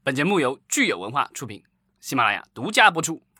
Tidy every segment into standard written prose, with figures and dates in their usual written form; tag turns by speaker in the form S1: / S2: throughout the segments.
S1: 本节目由聚友文化出品，喜马拉雅独家播出。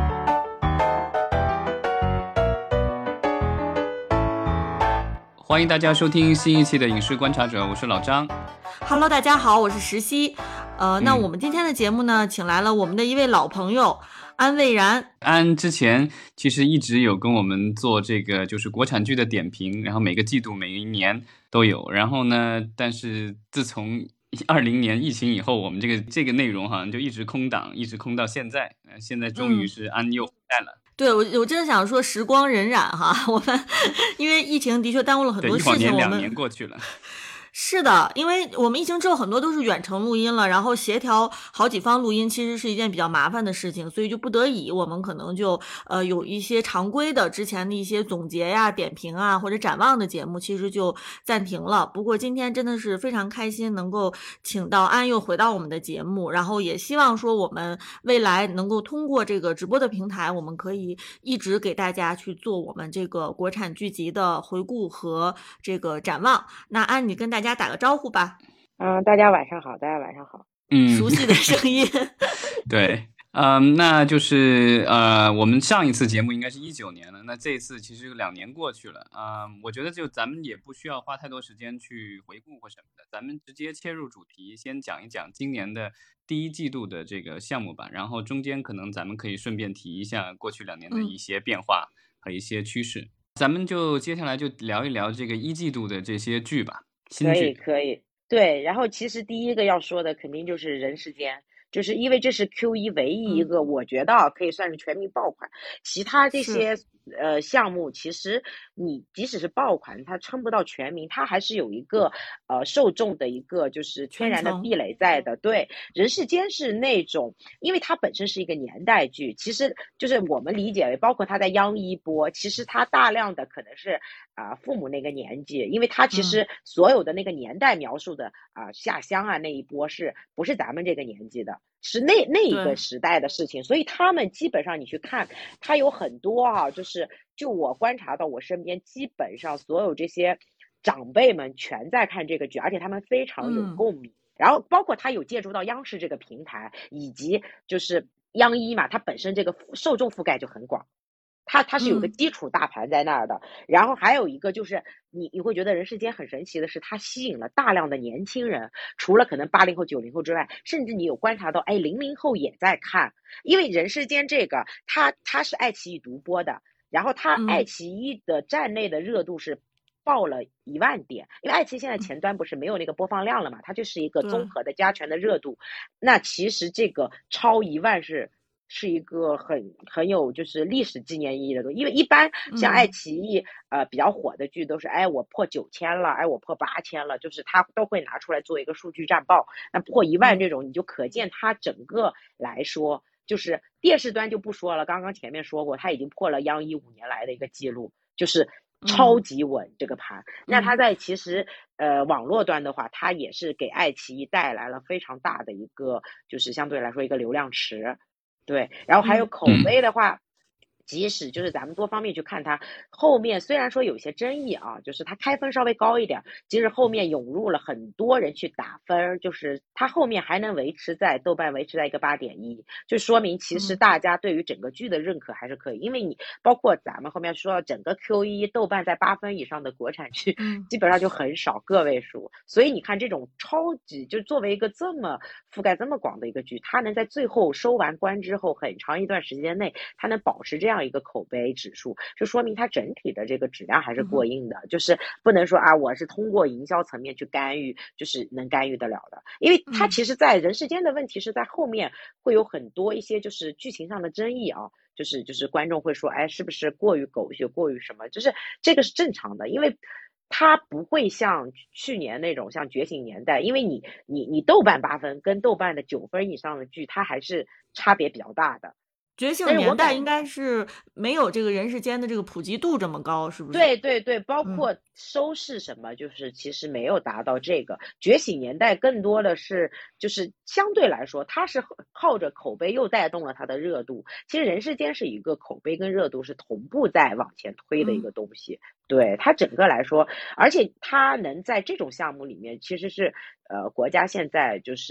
S1: 欢迎大家收听新一期的影视观察者，我是老张。
S2: Hello， 大家好，我是石溪。那我们今天的节目呢，请来了我们的一位老朋友安蔚然。
S1: 安之前其实一直有跟我们做这个就是国产剧的点评，然后每个季度每一年都有。然后呢，但是自从20年疫情以后，我们这个内容好像就一直空档，一直空到现在。现在终于是安又回来了。
S2: 对，我真的想说时光荏苒哈，我们因为疫情的确耽误了很多事情，
S1: 对，1年2年过去了。
S2: 是的，因为我们疫情之后很多都是远程录音了，然后协调好几方录音其实是一件比较麻烦的事情，所以就不得已我们可能就有一些常规的之前的一些总结呀、点评啊或者展望的节目其实就暂停了。不过今天真的是非常开心能够请到安又回到我们的节目，然后也希望说我们未来能够通过这个直播的平台，我们可以一直给大家去做我们这个国产剧集的回顾和这个展望。那安，你跟大家打个招呼吧。
S3: 大家晚上好，大家晚上好。
S2: 熟悉的声音。
S1: 对，那就是我们上一次节目应该是19年了，那这一次其实2年过去了。我觉得就咱们也不需要花太多时间去回顾或什么的，咱们直接切入主题，先讲一讲今年的第一季度的这个项目吧，然后中间可能咱们可以顺便提一下过去2年的一些变化和一些趋势。咱们就接下来就聊一聊这个1季度的这些剧吧。
S3: 可以，对。然后其实第一个要说的肯定就是人世间，就是因为这是 Q1 唯一一个我觉得可以算是全民爆款，其他这些项目其实你即使是爆款，它撑不到全民，它还是有一个受众的一个就是天然的壁垒在的。对，人世间是那种，因为它本身是一个年代剧，其实就是我们理解为包括它在央一播，其实它大量的可能是父母那个年纪，因为它其实所有的那个年代描述的下乡啊那一波是不是咱们这个年纪的，是那一个时代的事情，所以他们基本上你去看，他有很多就我观察到我身边基本上所有这些长辈们全在看这个剧，而且他们非常有共鸣。然后包括他有借助到央视这个平台，以及就是央一嘛，它本身这个受众覆盖就很广。它是有个基础大盘在那儿的，然后还有一个就是你会觉得人世间很神奇的是，它吸引了大量的年轻人，除了可能80后、90后之外，甚至你有观察到00后也在看，因为人世间这个它是爱奇艺独播的，然后它爱奇艺的站内的热度是爆了1万点，因为爱奇艺现在前端不是没有那个播放量了嘛，它就是一个综合的加权的热度，那其实这个超1万是一个很有就是历史纪念意义的东西，因为一般像爱奇艺比较火的剧都是我破9000了，我破8000了，就是它都会拿出来做一个数据战报。那破1万这种，你就可见它整个来说，就是电视端就不说了，刚刚前面说过，它已经破了央一5年来的一个记录，就是超级稳这个盘。那它在其实网络端的话，它也是给爱奇艺带来了非常大的一个就是相对来说一个流量池。对，然后还有口碑的话，即使就是咱们多方面去看它，后面虽然说有些争议就是它开分稍微高一点，即使后面涌入了很多人去打分，就是它后面还能豆瓣维持在一个8.1，就说明其实大家对于整个剧的认可还是可以，因为你包括咱们后面说到整个 Q1 豆瓣在8分以上的国产剧基本上就很少，个位数，所以你看这种超级就作为一个这么覆盖这么广的一个剧，它能在最后收完关之后很长一段时间内它能保持这样一个口碑指数，就说明它整体的这个质量还是过硬的，就是不能说我是通过营销层面去干预就是能干预得了的，因为它其实在人世间的问题是在后面会有很多一些就是剧情上的争议就是观众会说是不是过于狗血过于什么，就是这个是正常的，因为它不会像去年那种像觉醒年代，因为你豆瓣8分跟豆瓣的9分以上的剧它还是差别比较大的。
S2: 觉醒年代应该是没有这个人世间的这个普及度这么高，是不是？
S3: 对，包括收视什么就是其实没有达到这个。觉醒年代更多的是就是相对来说它是靠着口碑又带动了它的热度，其实人世间是一个口碑跟热度是同步在往前推的一个东西。对，它整个来说，而且它能在这种项目里面其实是国家现在就是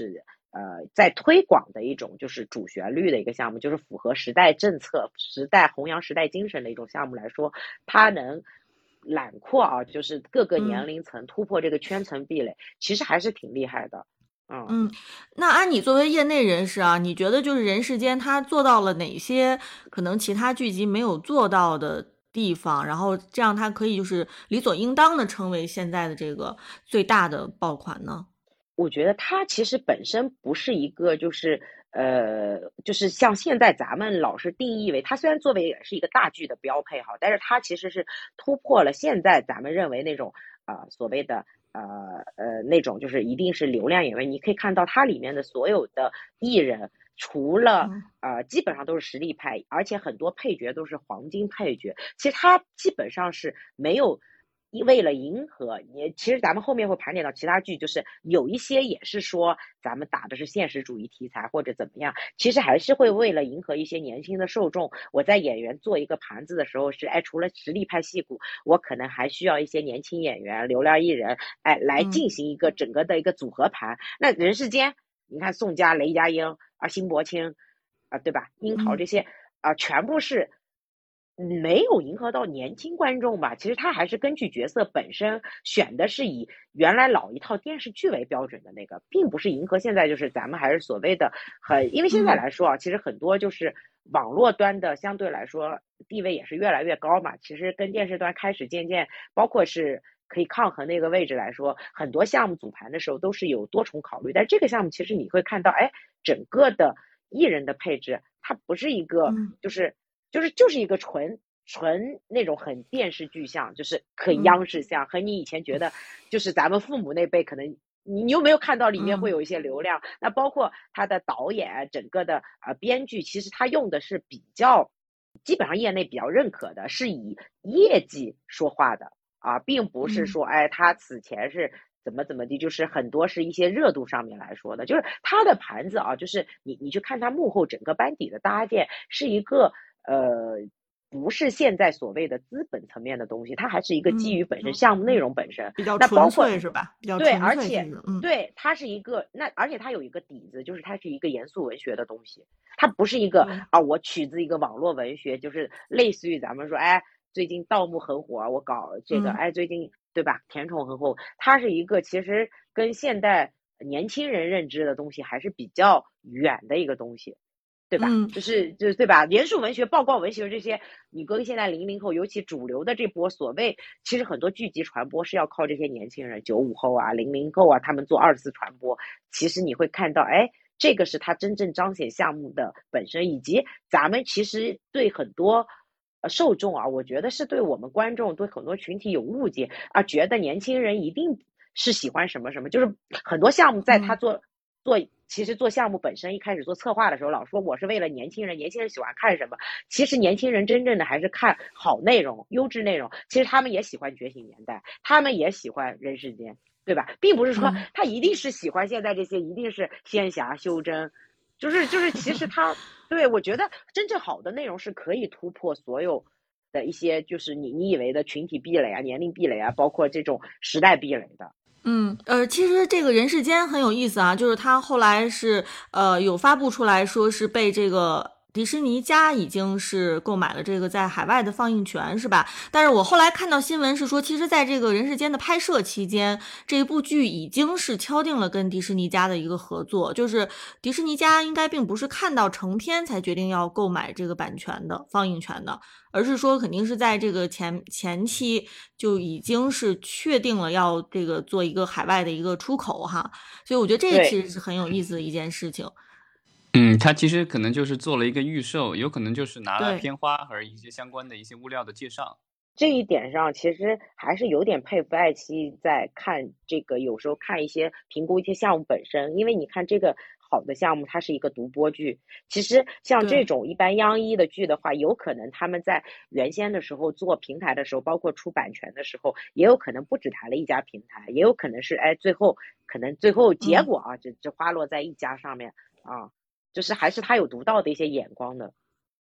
S3: 在推广的一种就是主旋律的一个项目，就是符合时代政策、弘扬时代精神的一种项目来说，它能揽括啊，就是各个年龄层突破这个圈层壁垒，其实还是挺厉害的。
S2: 那安妮作为业内人士啊，你觉得就是人世间它做到了哪些可能其他剧集没有做到的地方，然后这样它可以就是理所应当的成为现在的这个最大的爆款呢？
S3: 我觉得它其实本身不是一个就是像现在咱们老是定义为它虽然作为也是一个大剧的标配哈，但是它其实是突破了现在咱们认为那种所谓的那种就是一定是流量演员。你可以看到它里面的所有的艺人，除了基本上都是实力派，而且很多配角都是黄金配角。其实它基本上是没有为了迎合你，其实咱们后面会盘点到其他剧，就是有一些也是说咱们打的是现实主义题材或者怎么样，其实还是会为了迎合一些年轻的受众。我在演员做一个盘子的时候是，除了实力派戏骨，我可能还需要一些年轻演员、流量艺人，来进行一个整个的一个组合盘。那人世间，你看宋佳、雷佳音辛柏青对吧？樱桃这些全部是没有迎合到年轻观众吧。其实他还是根据角色本身选的是以原来老一套电视剧为标准的那个，并不是迎合现在就是咱们还是所谓的因为现在来说其实很多就是网络端的相对来说地位也是越来越高嘛。其实跟电视端开始渐渐包括是可以抗衡那个位置来说，很多项目组盘的时候都是有多重考虑。但这个项目其实你会看到整个的艺人的配置它不是一个就是一个纯那种很电视剧像，就是很央视像，和你以前觉得就是咱们父母那辈可能你有没有看到里面会有一些流量。那包括他的导演整个的编剧，其实他用的是比较基本上业内比较认可的，是以业绩说话的并不是说他此前是怎么地，就是很多是一些热度上面来说的。就是他的盘子就是你去看他幕后整个班底的搭建，是一个不是现在所谓的资本层面的东西，它还是一个基于本身项目内容本身
S2: 比较纯
S3: 那包括
S2: 粹是吧？比较
S3: 对，
S2: 纯
S3: 而且
S2: 粹性质
S3: 对它是一个而且它有一个底子，就是它是一个严肃文学的东西。它不是一个我取自一个网络文学，就是类似于咱们说最近盗墓很火，我搞这个最近对吧甜宠很火。它是一个其实跟现代年轻人认知的东西还是比较远的一个东西，对吧？就是对吧？严肃文学、报告文学这些，你跟现在00后，尤其主流的这波所谓，其实很多剧集传播是要靠这些年轻人，95后00后他们做二次传播。其实你会看到，这个是他真正彰显项目的本身，以及咱们其实对很多受众我觉得是对我们观众对很多群体有误解觉得年轻人一定是喜欢什么什么，就是很多项目在他其实做项目本身一开始做策划的时候，老说我是为了年轻人，年轻人喜欢看什么？其实年轻人真正的还是看好内容、优质内容。其实他们也喜欢《觉醒年代》，他们也喜欢《人世间》，对吧？并不是说他一定是喜欢现在这些，一定是仙侠修真，就是其实他对我觉得真正好的内容是可以突破所有的一些就是你以为的群体壁垒年龄壁垒包括这种时代壁垒的。
S2: 其实这个人世间很有意思就是他后来是有发布出来说是被这个迪士尼家已经是购买了这个在海外的放映权，是吧？但是我后来看到新闻是说，其实在这个人世间的拍摄期间，这一部剧已经是敲定了跟迪士尼家的一个合作，就是迪士尼家应该并不是看到成片才决定要购买这个版权的放映权的，而是说肯定是在这个前期就已经是确定了要这个做一个海外的一个出口所以我觉得这其实是很有意思的一件事情。
S1: 他其实可能就是做了一个预售，有可能就是拿了片花和一些相关的一些物料的介绍。
S3: 这一点上其实还是有点佩服爱奇艺在看这个，有时候看一些评估一些项目本身，因为你看这个好的项目它是一个独播剧，其实像这种一般央一的剧的话，有可能他们在原先的时候做平台的时候，包括出版权的时候，也有可能不只谈了一家平台，也有可能是最后结果这花落在一家上面就是还是他有独到的一些眼光的。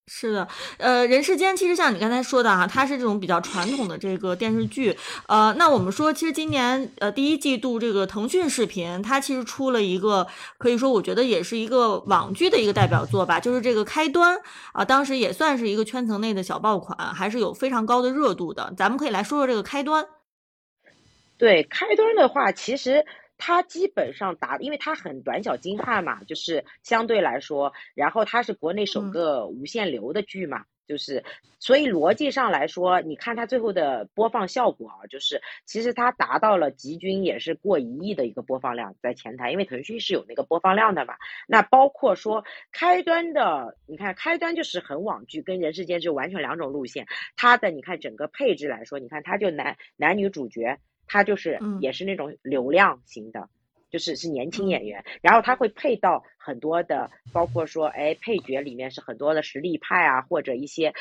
S2: 是的，人世间其实像你刚才说的哈，它是这种比较传统的这个电视剧，那我们说，其实今年第一季度这个腾讯视频，它其实出了一个，可以说我觉得也是一个网剧的一个代表作吧，就是这个开端啊，当时也算是一个圈层内的小爆款，还是有非常高的热度的。咱们可以来说说这个开端。
S3: 对，开端的话，其实它基本上因为它很短小精悍嘛，就是相对来说，然后它是国内首
S2: 嗯
S3: 个无限流的剧嘛，就是所以逻辑上来说，你看它最后的播放效果啊，就是其实它达到了集均也是过1亿的一个播放量在前台，因为腾讯是有那个播放量的嘛。那包括说开端的，你看开端就是很网剧，跟人世间就完全两种路线。它的你看整个配置来说，你看它就男女主角。他就是
S2: 嗯
S3: 也是那种流量型的，是年轻
S2: 嗯
S3: 演员，然后他会配到很多的，包括说配角里面是很多的实力派啊，或者一些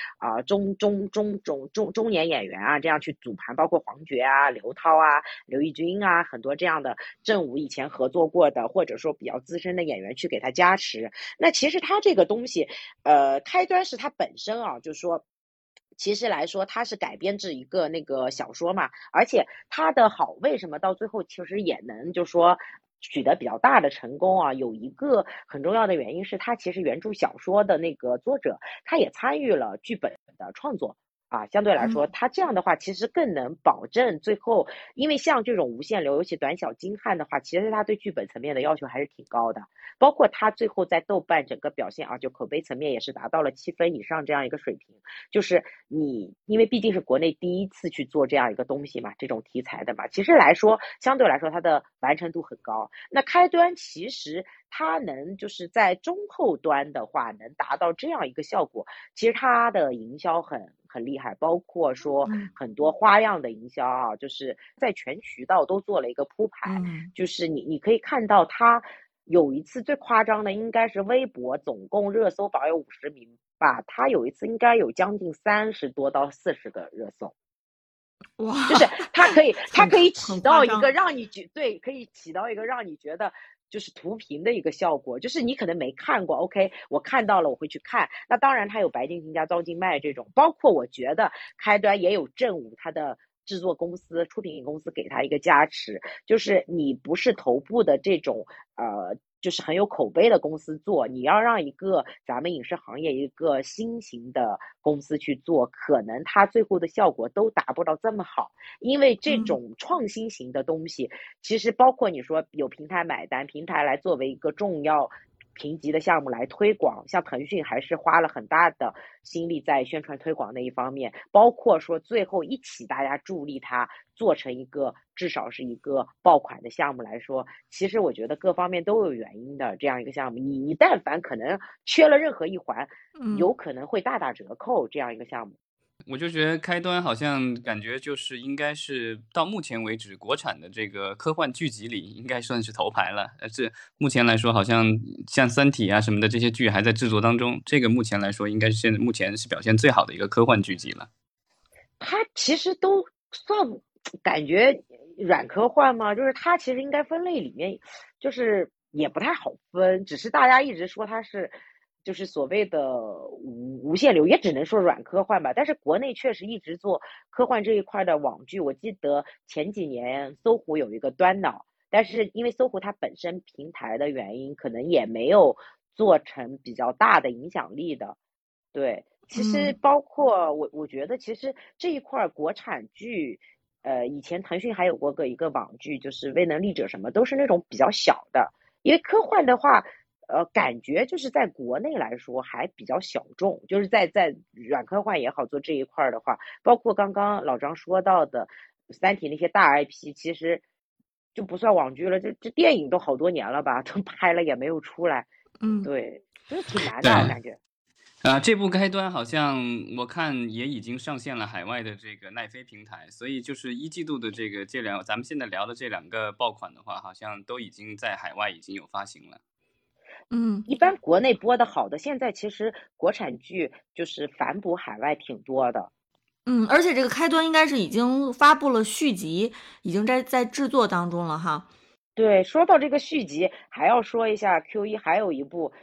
S3: 中年演员啊，这样去组盘，包括黄觉啊、刘涛啊、刘奕君啊，很多这样的正午以前合作过的，或者说比较资深的演员去给他加持。那其实他这个东西，开端是他本身啊，就是说。其实来说，它是改编自一个那个小说嘛，而且它的好，为什么到最后其实也能就说取得比较大的成功啊？有一个很重要的原因是，它其实原著小说的那个作者，他也参与了剧本的创作。啊，相对来说，
S2: 嗯
S3: 他这样的话其实更能保证最后，因为像这种无限流，尤其短小精悍的话，其实他对剧本层面的要求还是挺高的。包括他最后在豆瓣整个表现啊，就口碑层面也是达到了7分以上这样一个水平。就是你，因为毕竟是国内第一次去做这样一个东西嘛，这种题材的嘛，其实来说相对来说它的完成度很高。那开端其实它能就是在中后端的话能达到这样一个效果，其实它的营销很厉害，包括说
S2: 嗯
S3: 很多花样的营销啊，就是在全渠道都做了一个铺排。
S2: 嗯
S3: 就是你可以看到它有一次最夸张的，应该是微博总共热搜榜有50名吧，它有一次应该有将近30多到40个热搜。
S2: 哇，
S3: 就是它可以起
S2: 很
S3: 到一个
S2: 夸张。
S3: 让你对，可以起到一个让你觉得就是图屏的一个效果，就是你可能没看过，OK，我看到了我会去看。那当然它有白敬亭加赵今麦这种，包括我觉得开端也有正午它的制作公司、出品公司给他一个加持，就是你不是头部的这种就是很有口碑的公司做，你要让一个咱们影视行业一个新型的公司去做，可能它最后的效果都达不到这么好。因为这
S2: 嗯
S3: 种创新型的东西，其实包括你说有平台买单，平台来作为一个重要评级的项目来推广，像腾讯还是花了很大的心力在宣传推广那一方面，包括说最后一起大家助力它做成一个至少是一个爆款的项目来说，其实我觉得各方面都有原因的这样一个项目，你但凡可能缺了任何一环，
S2: 嗯。
S3: 有可能会大打折扣这样一个项目。
S1: 我就觉得开端好像感觉就是应该是到目前为止国产的这个科幻剧集里应该算是头牌了。这目前来说好像像《三体》啊什么的这些剧还在制作当中，这个目前来说应该是目前是表现最好的一个科幻剧集了。
S3: 它其实都算感觉软科幻吗？就是它其实应该分类里面，就是也不太好分，只是大家一直说它是就是所谓的无限流，也只能说软科幻吧。但是国内确实一直做科幻这一块的网剧，我记得前几年搜狐有一个端脑，但是因为搜狐它本身平台的原因，可能也没有做成比较大的影响力的。对，其实
S2: 嗯
S3: 包括我觉得其实这一块国产剧，以前腾讯还有过一个网剧，就是《未能力者》什么，都是那种比较小的。因为科幻的话，感觉就是在国内来说还比较小众，就是在软科幻也好做这一块的话，包括刚刚老张说到的《三体》那些大 IP，其实就不算网剧了，这电影都好多年了吧，都拍了也没有出来，
S2: 嗯。
S3: 对，就是挺难的，我
S1: 对。
S3: 感觉。
S1: 这部开端好像我看也已经上线了海外的这个奈飞平台，所以就是一季度的咱们现在聊的这两个爆款的话，好像都已经在海外已经有发行了。
S2: 嗯
S3: 一般国内播的好的，现在其实国产剧就是反哺海外挺多的。
S2: 嗯，而且这个开端应该是已经发布了续集，已经在制作当中了哈。
S3: 对，说到这个续集，还要说一下 Q1还有一部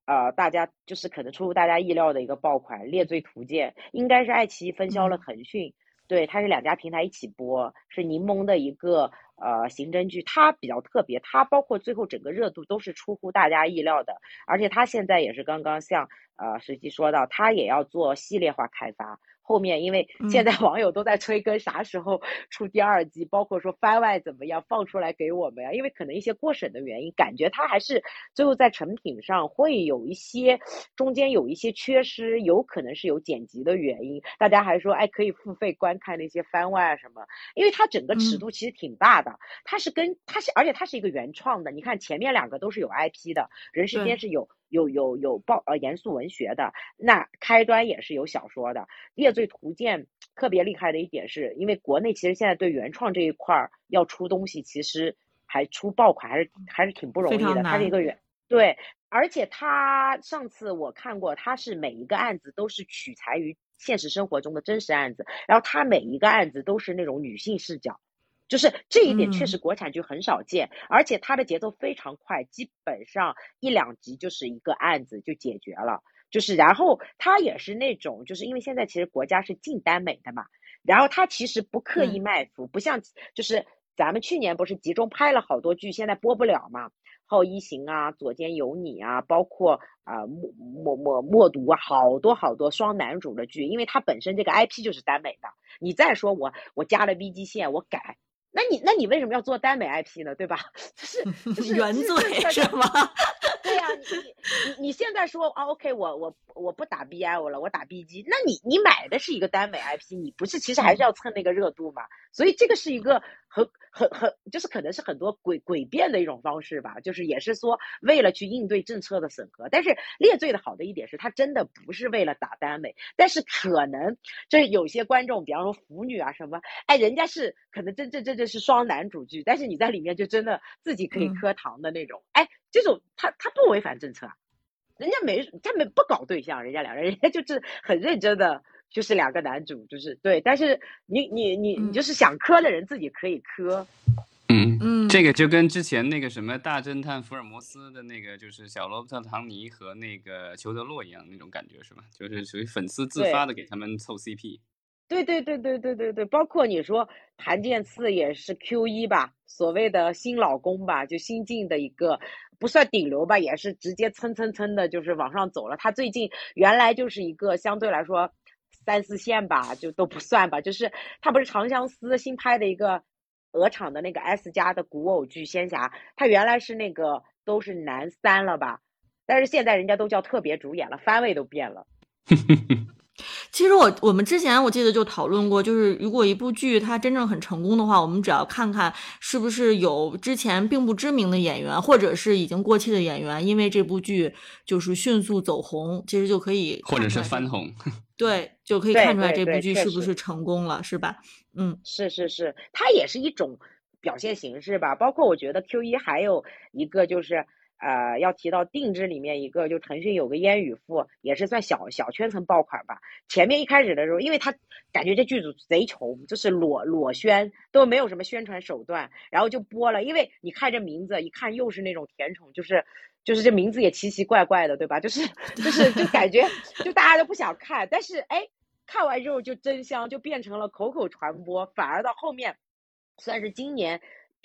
S3: 大家就是可能出乎大家意料的一个爆款《猎罪图鉴》，应该是爱奇艺分销了腾讯，对，它是两家平台一起播，是柠檬的一个刑侦剧，它比较特别，它包括最后整个热度都是出乎大家意料的，而且它现在也是刚刚像实际说到，它也要做系列化开发。后面因为现在网友都在催更啥时候出第二季，包括说番外怎么样放出来给我们呀？因为可能一些过审的原因，感觉它还是最后在成品上会有一些中间有一些缺失，有可能是有剪辑的原因。大家还说，哎，可以付费观看那些番外啊什么，因为它整个尺度其实挺大的，而且它是一个原创的。你看前面两个都是有 IP 的，人世间是有严肃文学的，那开端也是有小说的。猎罪图鉴特别厉害的一点是，因为国内其实现在对原创这一块要出东西，其实还出爆款还是挺不容易的。它是一个对，而且它上次我看过，它是每一个案子都是取材于现实生活中的真实案子，然后它每一个案子都是那种女性视角。就是这一点确实国产剧很少见，而且它的节奏非常快，基本上1、2集就是一个案子就解决了。就是然后它也是那种，就是因为现在其实国家是禁耽美的嘛，然后它其实不刻意卖腐，不像就是咱们去年不是集中拍了好多剧，现在播不了嘛，好一行啊，左肩有你啊，包括默读啊，好多好多双男主的剧，因为它本身这个 IP 就是耽美的，你再说我加了 BG 线我改。那你为什么要做耽美 IP 呢？对吧？就是
S2: 原罪是吗？
S3: 对呀、你现在说啊，OK，我不打 BL 了，我打 BG，那你买的是一个耽美 IP，你不是其实还是要蹭那个热度嘛？所以这个是一个很就是可能是很多诡辩的一种方式吧，就是也是说为了去应对政策的审核。但是猎罪的好的一点是，它真的不是为了打耽美，但是可能这有些观众，比方说腐女啊什么，哎，人家是可能真正是双男主剧，但是你在里面就真的自己可以磕糖的那种，哎。这种他不违反政策啊，人家他们不搞对象，人家两个人，人家就是很认真的，就是两个男主，就是对。但是你就是想磕的人自己可以磕。
S1: 这个就跟之前那个什么大侦探福尔摩斯的那个，就是小罗伯特·唐尼和那个裘德洛一样那种感觉是吧？就是属于粉丝自发的给他们凑 CP。
S3: 对，包括你说谭健次也是 Q1吧，所谓的新老公吧，就新晋的一个不算顶流吧，也是直接蹭的，就是往上走了。他最近原来就是一个相对来说3、4线吧，就都不算吧，就是他不是长相思新拍的一个鹅厂的那个 S 加的古偶剧仙侠，他原来是那个都是男3了吧，但是现在人家都叫特别主演了，番位都变了。
S2: 其实我们之前我记得就讨论过，就是如果一部剧它真正很成功的话，我们只要看看是不是有之前并不知名的演员，或者是已经过气的演员，因为这部剧就是迅速走红，其实就可以
S1: 或者是翻红。
S2: 对，就可以看出来这部剧是不是成功了，是吧？
S3: 是，它也是一种表现形式吧。包括我觉得 Q1还有一个就是要提到定制里面一个，就腾讯有个烟雨赋，也是算小圈层爆款吧。前面一开始的时候，因为他感觉这剧组贼穷，就是裸宣，都没有什么宣传手段，然后就播了。因为你看这名字，一看又是那种甜宠，就是这名字也奇奇怪怪的，对吧？就感觉就大家都不想看，但是哎，看完之后就真香，就变成了口传播，反而到后面算是今年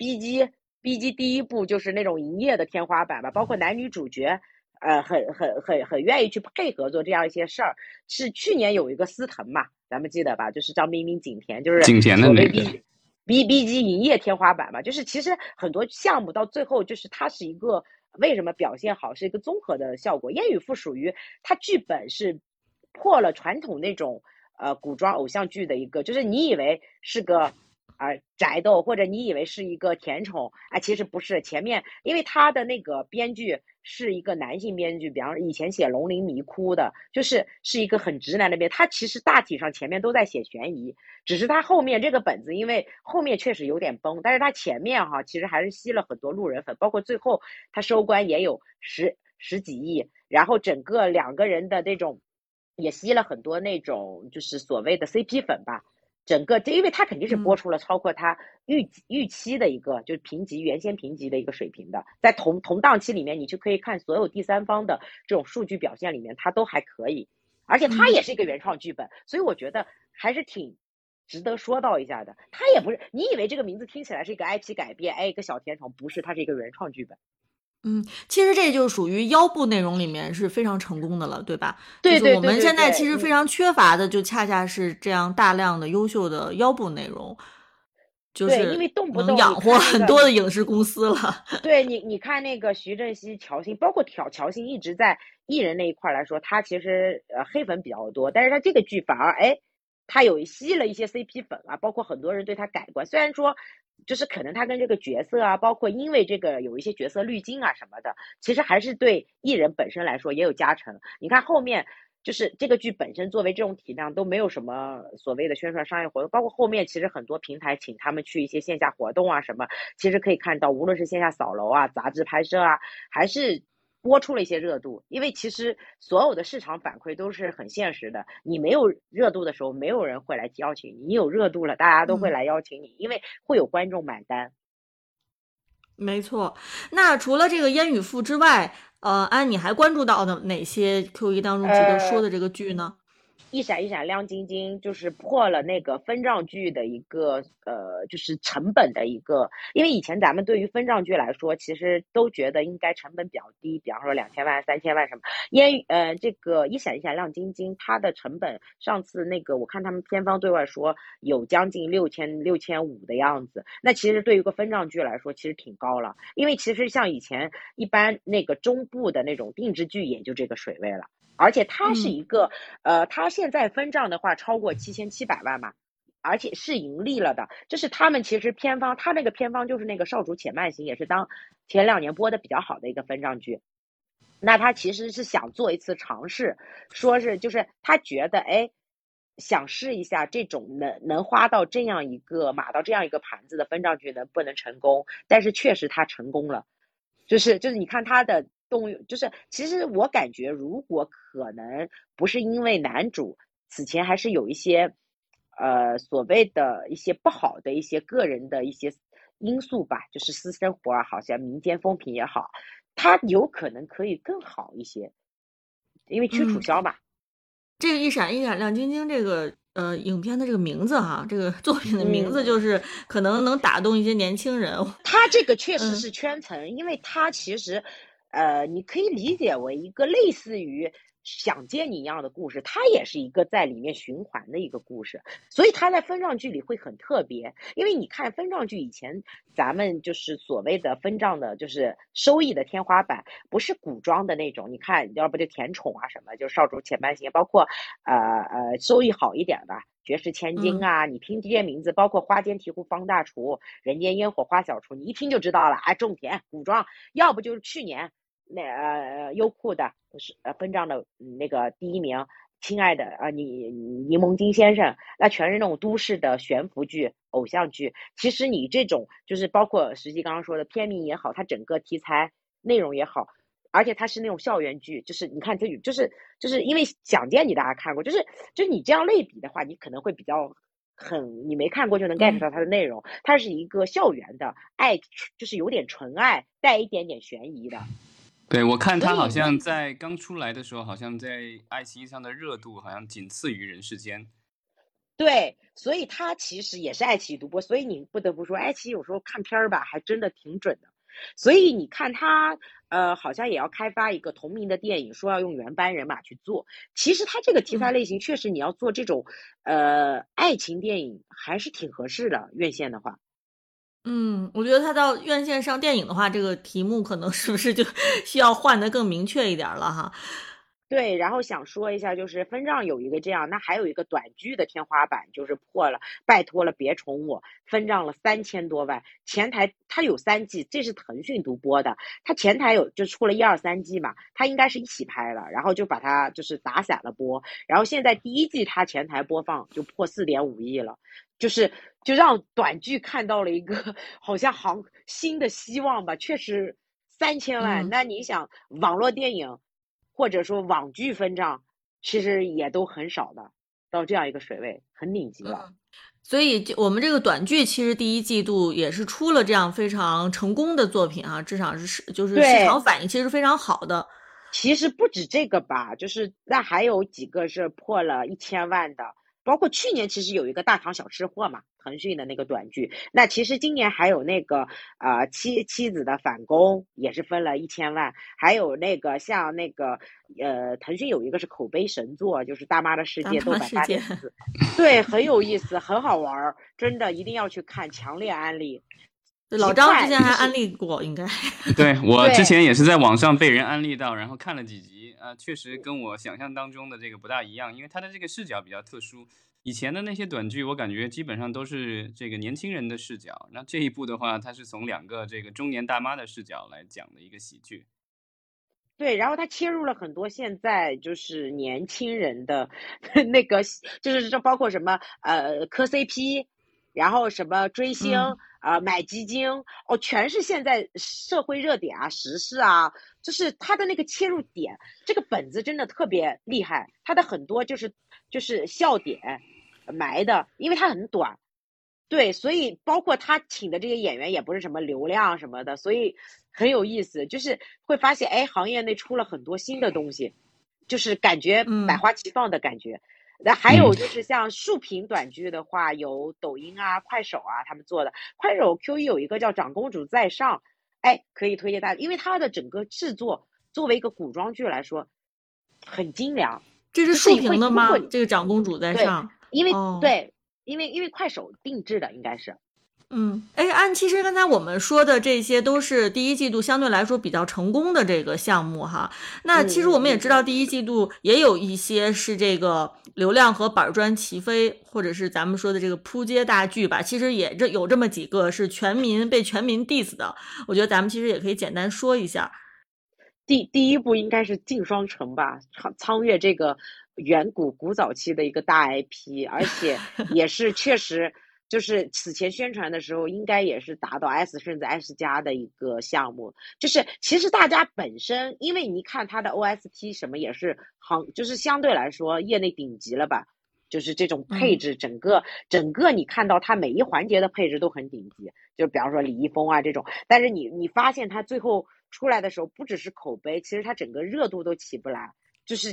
S3: BG 第一部就是那种营业的天花板吧，包括男女主角，很愿意去配合做这样一些事儿。是去年有一个司藤嘛，咱们记得吧？就是张彬彬、景甜，就是
S1: 所谓
S3: BG 营业天花板嘛。就是其实很多项目到最后，就是它是一个为什么表现好，是一个综合的效果。烟雨赋属于它剧本是破了传统那种古装偶像剧的一个，就是你以为是个宅斗，或者你以为是一个甜宠，其实不是。前面因为他的那个编剧是一个男性编剧，比方以前写《龙鳞迷窟》的，是一个很直男的编，他其实大体上前面都在写悬疑，只是他后面这个本子，因为后面确实有点崩，但是他前面其实还是吸了很多路人粉，包括最后他收官也有十几亿，然后整个两个人的这种也吸了很多那种就是所谓的 CP 粉吧。 整个因为它肯定是播
S2: 嗯
S3: 出了超过它预期的一个就是原先评级的一个水平的，在同档期里面，你就可以看所有第三方的这种数据表现里面，它都还可以，而且它也是一个原创剧本，所以我觉得还是挺值得说到一下的。它也不是你以为这个名字听起来是一个 IP 改编，哎，一个小甜宠，不是，它是一个原创剧本。
S2: 其实这就属于腰部内容里面是非常成功的了，对吧？
S3: 对
S2: 就是我们现在其实非
S3: 对，
S2: 常缺乏的，就恰恰是这样大量的优秀的腰部内容，就
S3: 对，因为
S2: 是
S3: 动不
S2: 能
S3: 动你
S2: 养活很
S3: 看那个
S2: 多的影视公司了。
S3: 对你看那个徐正熙、乔欣，包括乔欣一直在艺人那一块来说，他其实黑粉比较多，但是他这个剧反而他有吸了一些 CP 粉啊，包括很多人对他改观。虽然说就是可能他跟这个角色啊，包括因为这个有一些角色滤镜啊什么的，其实还是对艺人本身来说也有加成。你看后面。就是这个剧本身作为这种体量都没有什么所谓的宣传商业活动，包括后面其实很多平台请他们去一些线下活动啊什么，其实可以看到无论是线下扫楼啊、杂志拍摄啊，还是播出了一些热度。因为其实所有的市场反馈都是很现实的，你没有热度的时候，没有人会来邀请你；你有热度了，大家都会来邀请你，因为会有观众买单。
S2: 没错，那除了这个《烟与父》之外，安，你还关注到的哪些 Q1 当中值得说的这个剧呢？
S3: 一闪一闪亮晶晶就是破了那个分账剧的一个就是成本的一个，因为以前咱们对于分账剧来说，其实都觉得应该成本比较低，比方说2000万、3000万什么。这个一闪一闪亮晶晶，它的成本上次那个我看他们片方对外说有将近6500的样子，那其实对于一个分账剧来说，其实挺高了，因为其实像以前一般那个中部的那种定制剧也就这个水位了。而且它是一个，它现在分账的话超过7700万嘛，而且是盈利了的。这是他们其实片方，他那个片方就是那个《少主且慢行》，也是当前2年播的比较好的一个分账剧。那他其实是想做一次尝试，说是就是他觉得想试一下这种能花到这样一个码到这样一个盘子的分账剧能不能成功，但是确实他成功了。就是你看他的动用，就是其实我感觉，如果可能不是因为男主此前还是有一些所谓的一些不好的一些个人的一些因素吧，就是私生活啊，好像民间风评也好，他有可能可以更好一些，因为屈楚萧嘛。
S2: 这个一闪一闪亮晶晶这个影片的这个名字哈，这个作品的名字就是可能能打动一些年轻人。
S3: 他这个确实是圈层，因为他其实你可以理解为一个类似于想见你一样的故事，它也是一个在里面循环的一个故事，所以它在分账剧里会很特别。因为你看分账剧以前咱们就是所谓的分账的就是收益的天花板不是古装的那种，你看要不就甜宠啊什么，就少主且慢行，包括收益好一点的绝世千金啊，你听这些名字，包括花间醍醐方大厨、人间烟火花小厨，你一听就知道了，种田古装，要不就是去年优酷的分账的那个第1名，亲爱的柠檬精先生，那全是那种都市的悬浮剧、偶像剧。其实你这种就是包括实际刚刚说的片名也好，它整个题材内容也好，而且它是那种校园剧，就是你看这就是因为想见你大家看过，就是你这样类比的话，你可能会比较。你没看过就能 get 到它的内容，它是一个校园的爱，就是有点纯爱，带一点点悬疑的。
S1: 对，我看他好像在刚出来的时候，好像在爱奇艺上的热度好像仅次于人世间。
S3: 对，所以他其实也是爱奇艺独播，所以你不得不说，爱奇艺有时候看片儿吧，还真的挺准的。所以你看他好像也要开发一个同名的电影，说要用原班人马去做。其实他这个题材类型确实你要做这种爱情电影还是挺合适的，院线的话。
S2: 我觉得他到院线上电影的话，这个题目可能是不是就需要换得更明确一点了哈？
S3: 对，然后想说一下，就是分账有一个这样，那还有一个短剧的天花板就是破了，拜托了别宠我，分账了3000多万，前台它有3季，这是腾讯独播的，它前台就出了1、2、3季嘛，它应该是一起拍了，然后就把它就是打散了播，然后现在第1季它前台播放就破4.5亿了，就让短剧看到了一个好像新的希望吧，确实3000万，那你想网络电影。或者说网剧分账，其实也都很少的。 到这样一个水位，很顶级了。
S2: 所以我们这个短剧其实第一季度也是出了这样非常成功的作品啊，至少就是市场反应其实是非常好的。
S3: 其实不止这个吧，就是那还有几个是破了1000万的，包括去年其实有一个大唐小吃货嘛，腾讯的那个短剧。那其实今年还有那个妻子的反攻也是分了1000万，还有那个像那个腾讯有一个是口碑神作，就是《大妈的世界》，豆瓣8.4，对，很有意思，很好玩，真的一定要去看，强烈安利。
S2: 老张之前还安利过，应该
S1: 对，我之前也是在网上被人安利到，然后看了几集确实跟我想象当中的这个不大一样，因为它的这个视角比较特殊。以前的那些短剧，我感觉基本上都是这个年轻人的视角，那这一部的话，它是从2个这个中年大妈的视角来讲的一个喜剧。
S3: 对，然后它切入了很多现在就是年轻人的那个，就是这包括什么磕 CP，然后什么追星买基金全是现在社会热点啊、时事啊，就是它的那个切入点，这个本子真的特别厉害，它的很多就是笑点埋的，因为它很短。对，所以包括他请的这些演员也不是什么流量什么的，所以很有意思，就是会发现，哎，行业内出了很多新的东西，就是感觉百花齐放的感觉。那还有就是像竖屏短剧的话，有抖音啊、快手啊他们做的。快手 Q1 有一个叫《长公主在上》，哎，可以推荐大家，因为它的整个制作作为一个古装剧来说，很精良。
S2: 这是竖屏的吗？这个《长公主在上》，
S3: 因为对。因为快手定制的应该是，
S2: 其实刚才我们说的这些都是第一季度相对来说比较成功的这个项目哈。那其实我们也知道，第一季度也有一些是这个流量和板砖齐飞，或者是咱们说的这个扑街大剧吧。其实也有这么几个是被全民 diss 的，我觉得咱们其实也可以简单说一下。
S3: 第一部应该是《镜双城》吧，苍月这个远古早期的一个大 IP， 而且也是确实就是此前宣传的时候，应该也是达到 S 甚至 S 加的一个项目。就是其实大家本身，因为你看它的 OST 什么也是就是相对来说业内顶级了吧。就是这种配置，整个你看到它每一环节的配置都很顶级，就比方说李易峰啊这种，但是你发现它最后出来的时候，不只是口碑，其实它整个热度都起不来，就是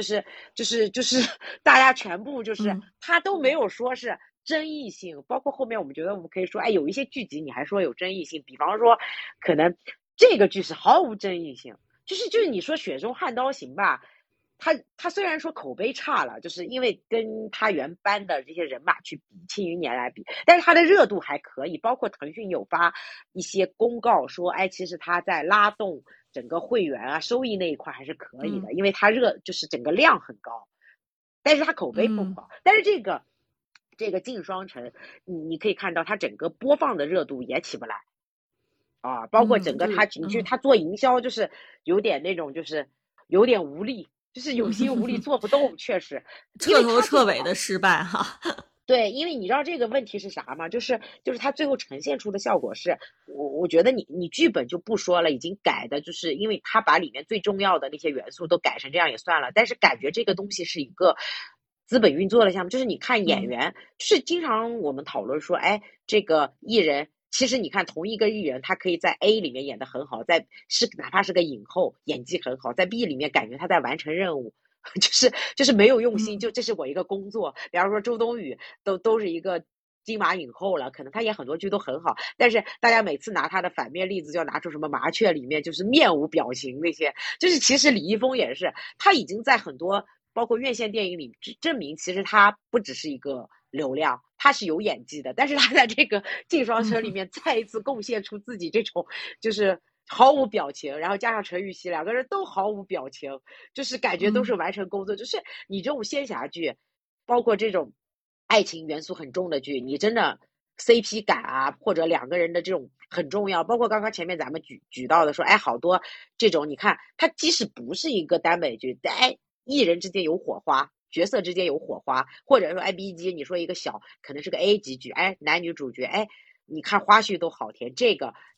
S3: 大家全部就是它都没有说是争议性，包括后面我们觉得我们可以说，哎，有一些剧集你还说有争议性，比方说可能这个剧是毫无争议性，就是你说雪中悍刀行吧。他虽然说口碑差了，就是因为跟他原班的这些人马去比，庆余年来比，但是他的热度还可以。包括腾讯有发一些公告说，哎，其实他在拉动整个会员啊收益那一块还是可以的，因为他就是整个量很高，但是他口碑不好。但是这个镜双城，你可以看到他整个播放的热度也起不来啊，包括整个他做营销就是有点那种就是有点无力。就是有心无力做不动，确实
S2: 彻头彻尾的失败哈。
S3: 对，因为你知道这个问题是啥吗？就是他最后呈现出的效果是，我觉得你剧本就不说了，已经改的，就是因为他把里面最重要的那些元素都改成这样也算了，但是感觉这个东西是一个资本运作的项目，就是你看演员，就是经常我们讨论说，哎，这个艺人。其实你看，同一个艺人，他可以在 A 里面演得很好，哪怕是个影后，演技很好，在 B 里面感觉他在完成任务，就是没有用心，就这是我一个工作。比方说周冬雨都是一个金马影后了，可能他演很多剧都很好，但是大家每次拿他的反面例子，就要拿出什么麻雀里面就是面无表情那些，就是其实李易峰也是，他已经在很多包括院线电影里证明，其实他不只是一个流量。他是有演技的，但是他在这个镜双城里面再一次贡献出自己这种就是毫无表情，然后加上陈玉熙两个人都毫无表情，就是感觉都是完成工作。就是你这种仙侠剧，包括这种爱情元素很重的剧，你真的 CP 感啊，或者两个人的这种很重要。包括刚刚前面咱们举到的说，哎，好多这种你看，它即使不是一个耽美剧，哎，艺人之间有火花。角色之间有火花，或者说哎 B 级，你说一个小可能是个 A 级剧，哎男女主角，哎你看花絮都好甜，这个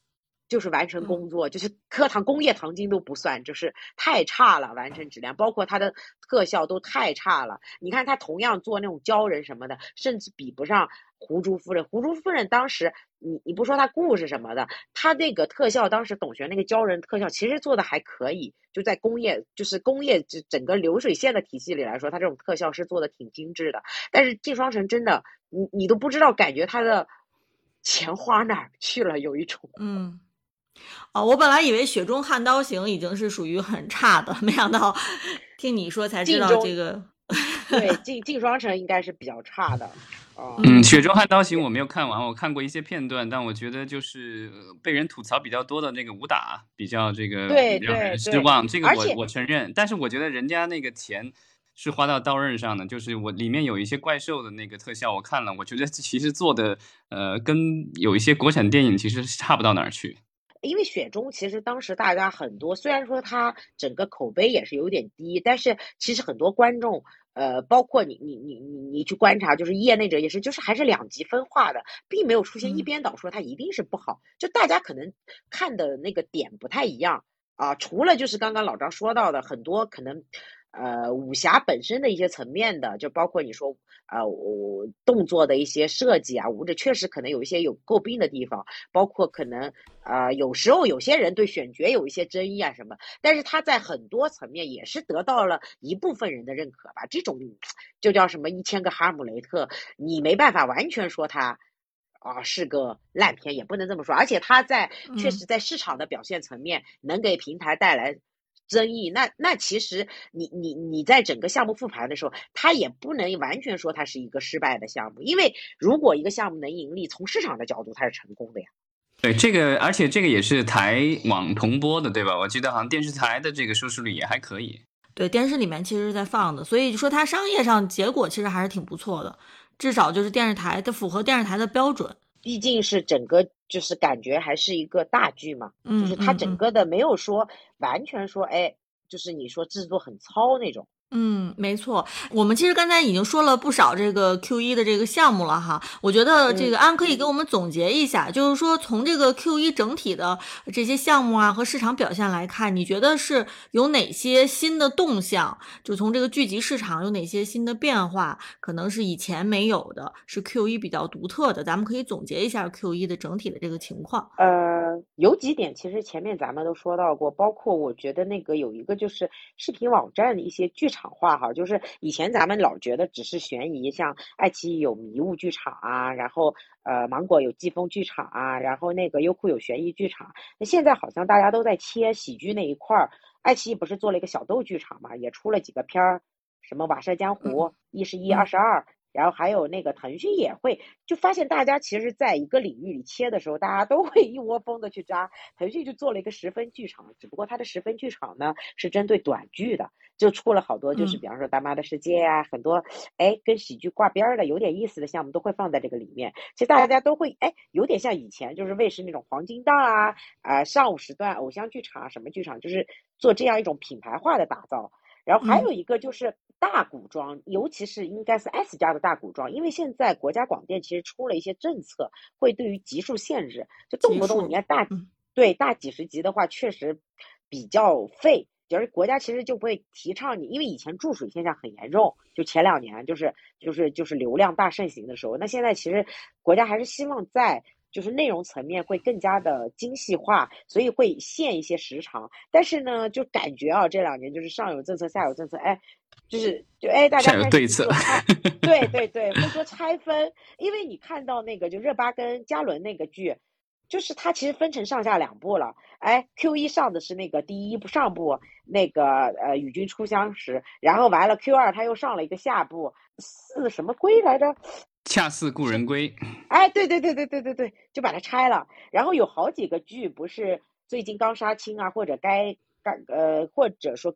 S3: 就是完成工作，就是课堂工业糖精都不算，就是太差了，完成质量，包括它的特效都太差了。你看他同样做那种鲛人什么的，甚至比不上狐珠夫人。狐珠夫人当时，你不说他故事什么的，他那个特效当时董璇那个鲛人特效其实做的还可以，就在工业整个流水线的体系里来说，他这种特效是做的挺精致的。但是镜双城真的，你都不知道，感觉他的钱花哪儿去了，有一种。
S2: 我本来以为雪中悍刀行已经是属于很差的，没想到听你说才知道这个。
S3: 对，镜双城应该是比较差的。
S1: 雪中悍刀行我没有看完，我看过一些片段，但我觉得就是被人吐槽比较多的那个武打比较这个让人失望，这个我承认。但是我觉得人家那个钱是花到刀刃上的，就是我里面有一些怪兽的那个特效，我看了，我觉得其实做的跟有一些国产电影其实差不到哪儿去。
S3: 因为雪中其实当时大家很多，虽然说它整个口碑也是有点低，但是其实很多观众，包括你去观察，就是业内者也是，就是还是两极分化的，并没有出现一边倒说它一定是不好，就大家可能看的那个点不太一样啊。除了就是刚刚老张说到的很多可能。武侠本身的一些层面的，就包括你说动作的一些设计啊，武者确实可能有一些有诟病的地方，包括可能有时候有些人对选角有一些争议啊什么，但是他在很多层面也是得到了一部分人的认可吧。这种就叫什么1000个哈姆雷特，你没办法完全说他是个烂片，也不能这么说。而且他确实在市场的表现层面能给平台带来争议，那其实你在整个项目复盘的时候，他也不能完全说它是一个失败的项目，因为如果一个项目能盈利，从市场的角度它是成功的呀。
S1: 对，这个而且这个也是台网同播的，对吧？我记得好像电视台的这个收视率也还可以。
S2: 对，电视里面其实是在放的，所以说它商业上结果其实还是挺不错的，至少就是电视台它符合电视台的标准。
S3: 毕竟是整个就是感觉还是一个大剧嘛，就是它整个的没有说完全说就是你说制作很糙那种。
S2: 没错，我们其实刚才已经说了不少这个 Q1 的这个项目了哈，我觉得这个安可以给我们总结一下，就是说从这个 Q1 整体的这些项目啊和市场表现来看，你觉得是有哪些新的动向？就从这个剧集市场有哪些新的变化，可能是以前没有的，是 Q1 比较独特的，咱们可以总结一下 Q1 的整体的这个情况。
S3: 有几点其实前面咱们都说到过，包括我觉得那个有一个就是视频网站的一些剧场化哈，就是以前咱们老觉得只是悬疑，像爱奇艺有迷雾剧场啊，然后芒果有季风剧场啊，然后那个优酷有悬疑剧场，那现在好像大家都在切喜剧那一块儿，爱奇艺不是做了一个小豆剧场嘛，也出了几个片儿，什么瓦舍江湖、111、22。然后还有那个腾讯也会，就发现大家其实在一个领域里切的时候，大家都会一窝蜂的去扎。腾讯就做了一个10分剧场，只不过它的10分剧场呢是针对短剧的，就出了好多就是比方说《大妈的世界》啊，很多跟喜剧挂边的有点意思的项目都会放在这个里面。其实大家都会有点像以前就是卫视那种黄金档上午时段偶像剧场什么剧场，就是做这样一种品牌化的打造。然后还有一个就是大古装，尤其是应该是 S 家的大古装，因为现在国家广电其实出了一些政策，会对于集数限制，就动不动你看大几十集的话，确实比较费。就是国家其实就不会提倡你，因为以前注水现象很严重，就前2年就是流量大盛行的时候，那现在其实国家还是希望在就是内容层面会更加的精细化，所以会限一些时长。但是呢，就感觉这2年就是上有政策，下有政策，大家
S1: 有对策，
S3: 对，会说拆分，因为你看到那个就热巴跟嘉伦那个剧。就是它其实分成上下2部了，Q1 上的是那个第1部上部那个与君初相识，然后完了 Q2 他又上了一个下部似什么归来着？
S1: 恰似故人归。
S3: 对，就把它拆了。然后有好几个剧不是最近刚杀青啊，或者或者说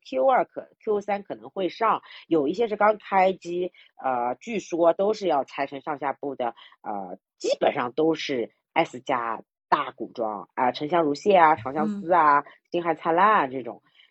S3: Q3 可能会上，有一些是刚开机，据说都是要拆成上下部的，基本上都是 S 家大古装沉香如屑啊、长相思啊、星汉灿烂啊这种。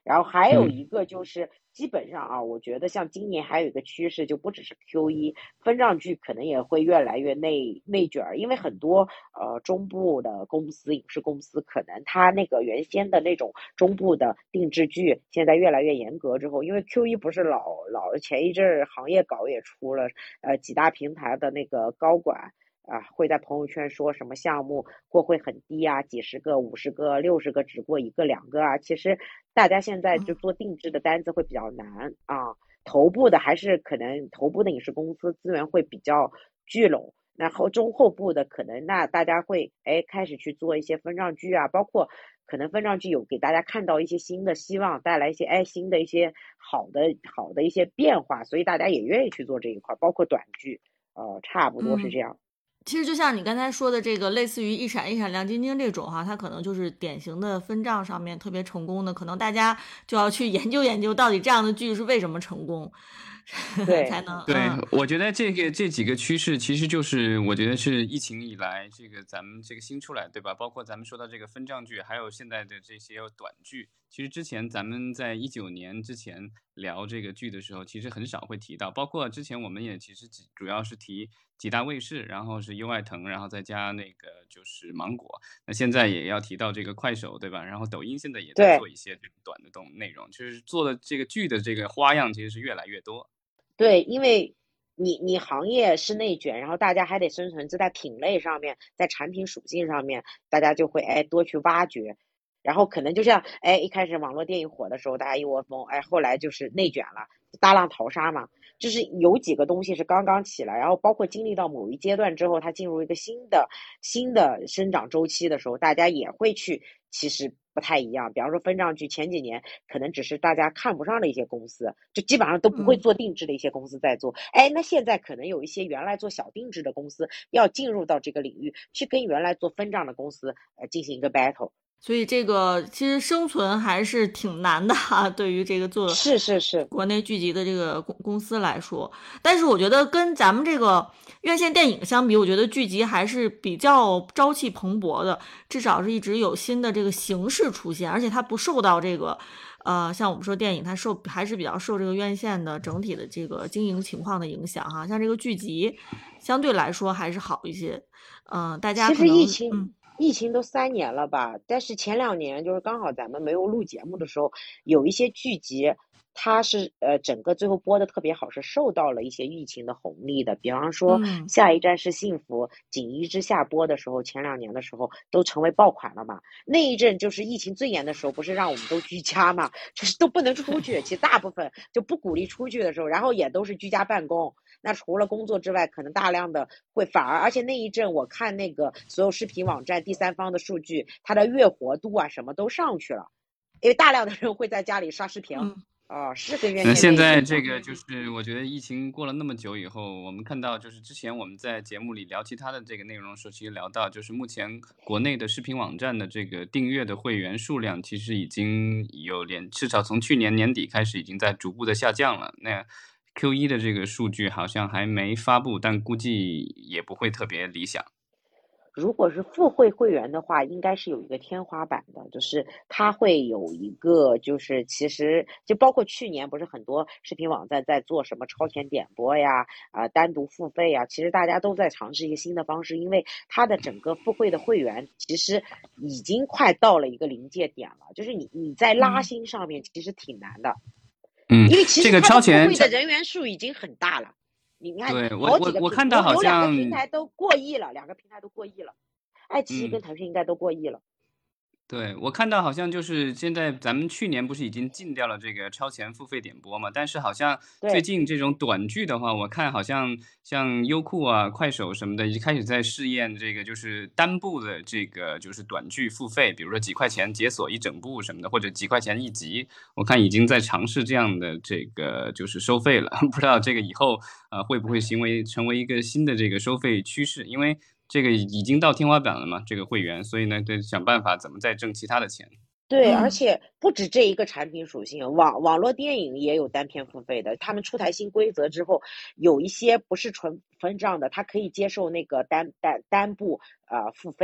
S3: 然后还有一个就是基本上啊，我觉得像今年还有一个趋势，就不只是 Q1，分账剧可能也会越来越内卷，因为很多中部的公司、影视公司，可能它那个原先的那种中部的定制剧，现在越来越严格之后，因为 Q1不是老前一阵行业稿也出了，几大平台的那个高管。会在朋友圈说什么项目过会很低啊，几十个、50个、60个只过1个、2个啊。其实大家现在就做定制的单子会比较难啊，头部的还是可能头部的影视公司资源会比较聚拢，然后中后部的可能那大家会开始去做一些分账剧啊，包括可能分账剧有给大家看到一些新的希望，带来一些新的一些好的一些变化，所以大家也愿意去做这一块，包括短剧，差不多是这样。
S2: 其实就像你刚才说的这个，类似于一闪一闪亮晶晶这种哈，它可能就是典型的分账上面特别成功的，可能大家就要去研究研究，到底这样的剧是为什么成功，
S3: 对
S2: 才能
S1: 对，我觉得这几个趋势其实就是我觉得是疫情以来这个咱们这个新出来，对吧？包括咱们说到这个分账剧，还有现在的这些短剧，其实之前咱们在19年之前聊这个剧的时候，其实很少会提到，包括之前我们也其实主要是提几大卫视，然后是优爱腾，然后再加那个就是芒果，那现在也要提到这个快手，对吧？然后抖音现在也在做一些这种短的内容，就是做的这个剧的这个花样其实是越来越多。
S3: 对，因为你行业是内卷，然后大家还得生存，这在品类上面，在产品属性上面，大家就会多去挖掘，然后可能就像一开始网络电影火的时候，大家一窝蜂，后来就是内卷了，大浪淘沙嘛，就是有几个东西是刚刚起来，然后包括经历到某一阶段之后，它进入一个新的生长周期的时候，大家也会去其实不太一样。比方说分账剧前几年可能只是大家看不上的一些公司，就基本上都不会做定制的一些公司在做，那现在可能有一些原来做小定制的公司要进入到这个领域，去跟原来做分账的公司进行一个 battle。
S2: 所以这个其实生存还是挺难的哈，对于这个做国内剧集的这个公司来说。但是我觉得跟咱们这个院线电影相比，我觉得剧集还是比较朝气蓬勃的，至少是一直有新的这个形式出现，而且它不受到这个像我们说电影它还是比较受这个院线的整体的这个经营情况的影响哈。像这个剧集相对来说还是好一些，大家可能
S3: 其实疫情都3年了吧，但是前2年就是刚好咱们没有录节目的时候，有一些剧集它是整个最后播的特别好，是受到了一些疫情的红利的。比方说下一站是幸福、锦衣之下播的时候，前2年的时候都成为爆款了嘛。那一阵就是疫情最严的时候，不是让我们都居家嘛，就是都不能出去，其实大部分就不鼓励出去的时候，然后也都是居家办公。那除了工作之外，可能大量的会而且那一阵我看那个所有视频网站第三方的数据，它的月活度啊什么都上去了，因为大量的人会在家里刷视频。是跟院线。
S1: 那现在这个就是我觉得疫情过了那么久以后，我们看到就是之前我们在节目里聊其他的这个内容的时候，其实聊到就是目前国内的视频网站的这个订阅的会员数量，其实已经至少从去年年底开始已经在逐步的下降了。那Q1的这个数据好像还没发布，但估计也不会特别理想。
S3: 如果是付费会员的话，应该是有一个天花板的，就是它会有一个，就是其实就包括去年不是很多视频网站在做什么超前点播呀，单独付费呀，其实大家都在尝试一个新的方式，因为它的整个付费的会员其实已经快到了一个临界点了，就是你在拉新上面其实挺难的，因为其实它的付费的人员数已经很大了。你看，
S1: 对，
S3: 好几个
S1: 我看到好像
S3: 有2个平台都过亿了，2个平台都过亿了，爱奇艺跟腾讯应该都过亿了。
S1: 对，我看到好像就是现在咱们去年不是已经禁掉了这个超前付费点播嘛，但是好像最近这种短剧的话，我看好像像优酷啊、快手什么的，已经开始在试验这个就是单部的这个就是短剧付费，比如说几块钱解锁一整部什么的，或者几块钱一集，我看已经在尝试这样的这个就是收费了，不知道这个以后会不会成为一个新的这个收费趋势，因为这个已经到天花板了嘛，这个会员，所以呢，得想办法怎么再挣其他的钱。
S3: 对，而且不止这一个产品属性，网络电影也有单片付费的。他们出台新规则之后，有一些不是纯分账的，它可以接受那个单部付费的。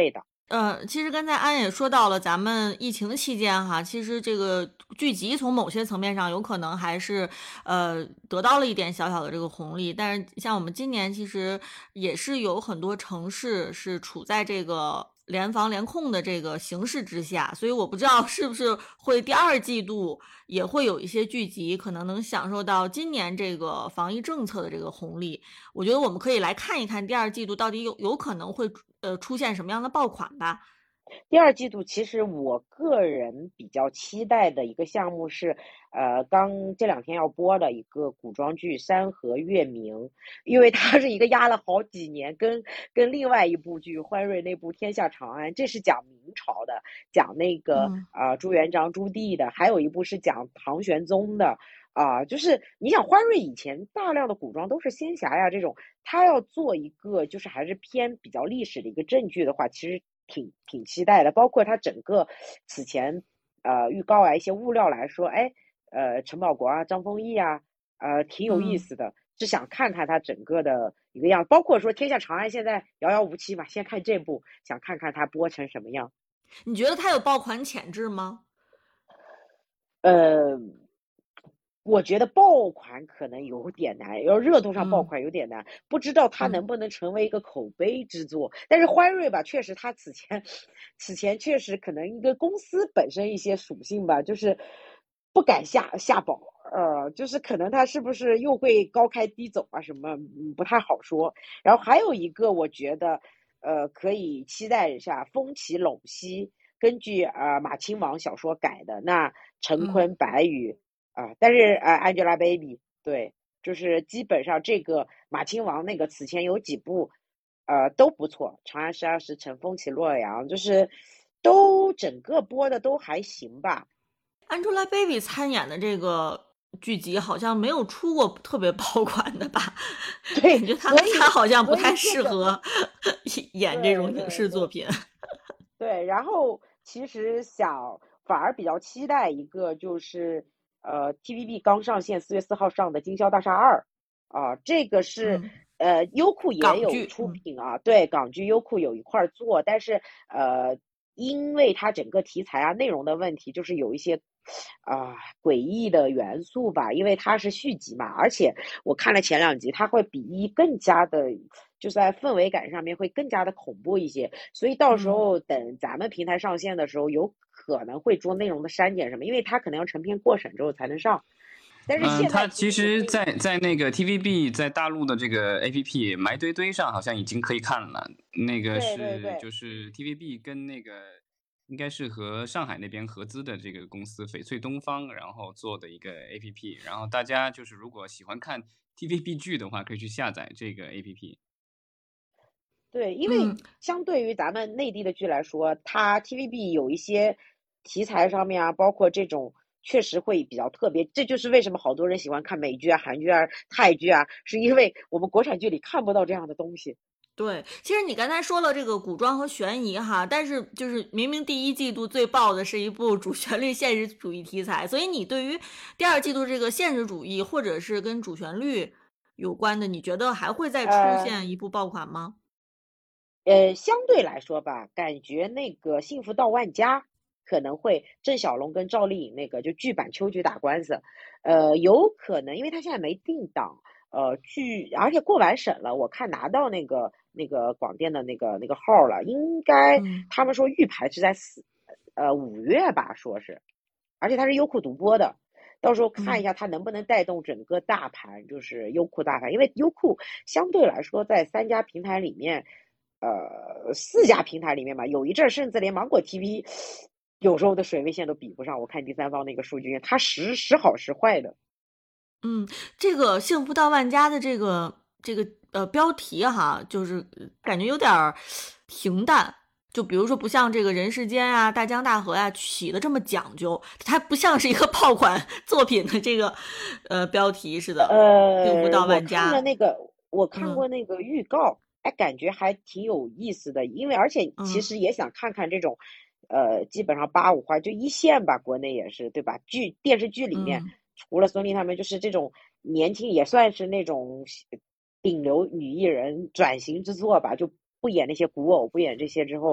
S2: 其实刚才安也说到了，咱们疫情期间哈，其实这个剧集从某些层面上有可能还是得到了一点小小的这个红利，但是像我们今年其实也是有很多城市是处在这个联防联控的这个形势之下，所以我不知道是不是会第二季度也会有一些剧集可能能享受到今年这个防疫政策的这个红利。我觉得我们可以来看一看第二季度到底有可能会出现什么样的爆款吧。
S3: 第二季度其实我个人比较期待的一个项目是，刚这两天要播的一个古装剧《山河月明》，因为它是一个压了好几年，跟另外一部剧欢瑞那部《天下长安》，这是讲明朝的，讲那个朱元璋朱棣的，还有一部是讲唐玄宗的。就是你想欢瑞以前大量的古装都是仙侠呀这种，他要做一个就是还是偏比较历史的一个正剧的话，其实挺期待的。包括他整个此前预告啊一些物料来说，陈宝国啊张丰毅啊挺有意思的，是想看看他整个的一个样。包括说《天下长安》现在遥遥无期嘛，先看这部，想看看他播成什么样。
S2: 你觉得他有爆款潜质吗？
S3: 我觉得爆款可能有点难，要热度上爆款有点难，不知道它能不能成为一个口碑之作。但是欢瑞吧，确实它此前确实可能一个公司本身一些属性吧，就是不敢下宝，就是可能它是不是又会高开低走啊什么，不太好说。然后还有一个我觉得，可以期待一下风起陇西，根据马亲王小说改的，那陈坤、白宇。但是Angelababy 对，就是基本上这个马亲王那个此前有几部都不错，《长安十二时辰》、《风起洛阳》，就是都整个播的都还行吧。
S2: Angelababy 参演的这个剧集好像没有出过特别爆款的吧？
S3: 对，
S2: 感觉她好像不太适合演这种影视作品。
S3: 对，然后其实反而比较期待一个就是TVB 刚上线4月4号上的《经销大厦2》这个是优酷也有出品啊，对，港剧优酷有一块做，但是因为它整个题材啊内容的问题，就是有一些诡异的元素吧，因为它是续集嘛，而且我看了前2集，它会比一更加的，就在氛围感上面会更加的恐怖一些，所以到时候等咱们平台上线的时候，有可能会做内容的删减什么，因为它可能要成片过审之后才能上。但是现在
S1: 它其实在那个 TVB 在大陆的这个 APP 埋堆堆上好像已经可以看了，那个是就是 TVB 跟那个应该是和上海那边合资的这个公司翡翠东方然后做的一个 APP， 然后大家就是如果喜欢看 TVB 剧的话，可以去下载这个 APP。
S3: 对，因为相对于咱们内地的剧来说，它 TVB 有一些题材上面啊，包括这种确实会比较特别，这就是为什么好多人喜欢看美剧啊、韩剧啊、泰剧啊，是因为我们国产剧里看不到这样的东西。
S2: 对，其实你刚才说了这个古装和悬疑哈，但是就是明明第一季度最爆的是一部主旋律现实主义题材，所以你对于第二季度这个现实主义或者是跟主旋律有关的，你觉得还会再出现一部爆款吗？
S3: 相对来说吧，感觉那个《幸福到万家》可能会郑晓龙跟赵丽颖那个就剧版秋菊打官司，有可能，因为他现在没定档，而且过完审了，我看拿到那个广电的那个号了，应该他们说预排是在5月吧，说是，而且它是优酷独播的。到时候看一下它能不能带动整个大盘，就是优酷大盘，因为优酷相对来说在3家平台里面。4家平台里面嘛，有一阵甚至连芒果 TV 有时候的水位线都比不上。我看第三方那个数据，它时好时坏的。
S2: 这个幸福到万家的这个标题哈，就是感觉有点平淡。就比如说不像这个人世间啊、大江大河啊起的这么讲究，它不像是一个爆款作品的这个标题似的。幸福到万家。
S3: 我看过那个预告。感觉还挺有意思的，因为而且其实也想看看这种，基本上85花就一线吧，国内也是对吧？电视剧里面，除了孙俪他们，就是这种年轻也算是那种顶流女艺人转型之作吧，就不演那些古偶，不演这些之后，